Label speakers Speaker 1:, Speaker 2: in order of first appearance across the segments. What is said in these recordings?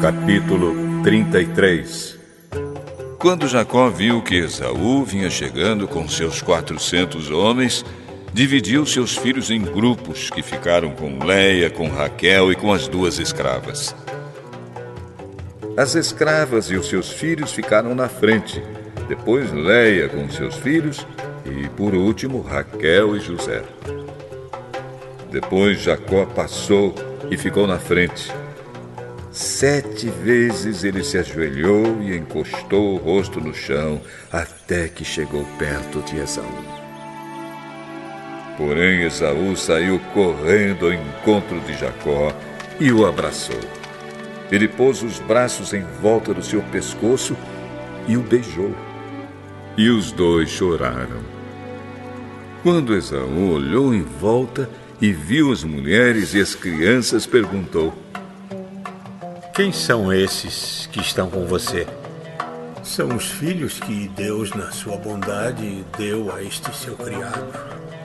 Speaker 1: Capítulo 33.
Speaker 2: Quando Jacó viu que Esaú vinha chegando com seus 400 homens, dividiu seus filhos em grupos que ficaram com Leia, com Raquel e com as 2 escravas. As escravas e os seus filhos ficaram na frente, depois Leia com seus filhos e, por último, Raquel e José. Depois Jacó passou e ficou na frente. 7 vezes ele se ajoelhou e encostou o rosto no chão, até que chegou perto de Esaú. Porém, Esaú saiu correndo ao encontro de Jacó e o abraçou. Ele pôs os braços em volta do seu pescoço e o beijou. E os 2 choraram. Quando Esaú olhou em volta e viu as mulheres e as crianças, perguntou:
Speaker 3: Quem são esses que estão com você?
Speaker 4: São os filhos que Deus, na sua bondade, deu a este seu criado.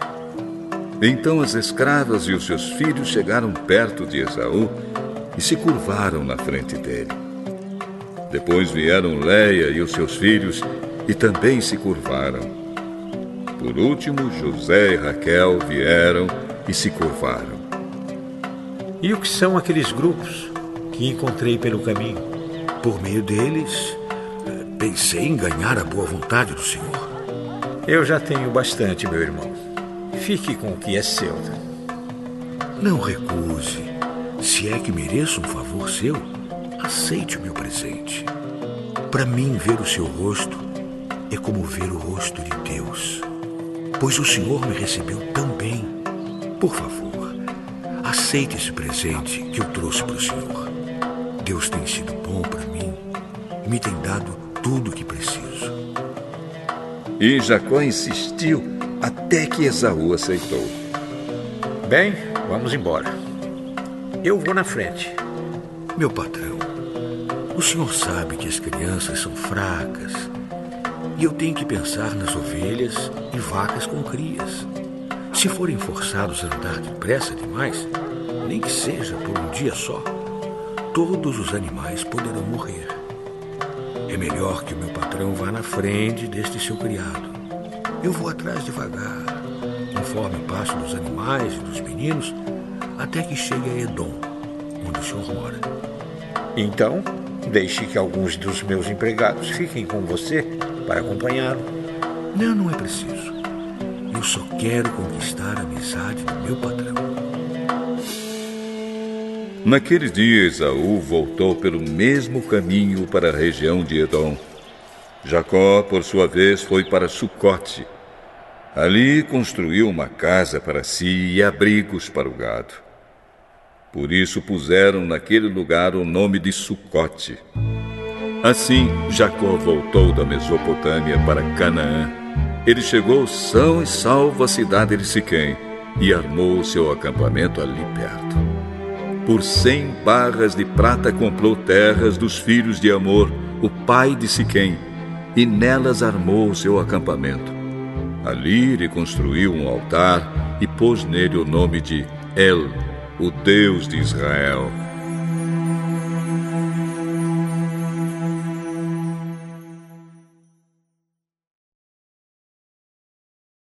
Speaker 2: Então as escravas e os seus filhos chegaram perto de Esaú e se curvaram na frente dele. Depois vieram Leia e os seus filhos e também se curvaram. Por último, José e Raquel vieram e se curvaram.
Speaker 3: E o que são aqueles grupos que encontrei pelo caminho?
Speaker 4: Por meio deles, pensei em ganhar a boa vontade do Senhor.
Speaker 3: Eu já tenho bastante, meu irmão. Fique com o que é seu.
Speaker 4: Não recuse. Se é que mereço um favor seu, aceite o meu presente. Para mim, ver o seu rosto é como ver o rosto de Deus, pois o Senhor me recebeu tão bem. Por favor, aceite esse presente que eu trouxe para o Senhor. Deus tem sido bom para mim e me tem dado tudo o que preciso.
Speaker 2: E Jacó insistiu até que Esaú aceitou.
Speaker 3: Bem, vamos embora. Eu vou na frente.
Speaker 4: Meu patrão, o senhor sabe que as crianças são fracas e eu tenho que pensar nas ovelhas e vacas com crias. Se forem forçados a andar depressa demais, nem que seja por um dia só, todos os animais poderão morrer. É melhor que o meu patrão vá na frente deste seu criado. Eu vou atrás devagar, conforme o passo dos animais e dos meninos, até que chegue a Edom, onde o senhor mora.
Speaker 3: Então, deixe que alguns dos meus empregados fiquem com você para acompanhá-lo.
Speaker 4: Não é preciso. Eu só quero conquistar a amizade do meu patrão.
Speaker 2: Naquele dia, Esaú voltou pelo mesmo caminho para a região de Edom. Jacó, por sua vez, foi para Sucote. Ali construiu uma casa para si e abrigos para o gado. Por isso puseram naquele lugar o nome de Sucote. Assim, Jacó voltou da Mesopotâmia para Canaã. Ele chegou são e salvo à cidade de Siquém e armou seu acampamento ali perto. Por 100 barras de prata comprou terras dos filhos de Amor, o pai de Siquém, e nelas armou seu acampamento. Ali ele construiu um altar e pôs nele o nome de El, o Deus de Israel.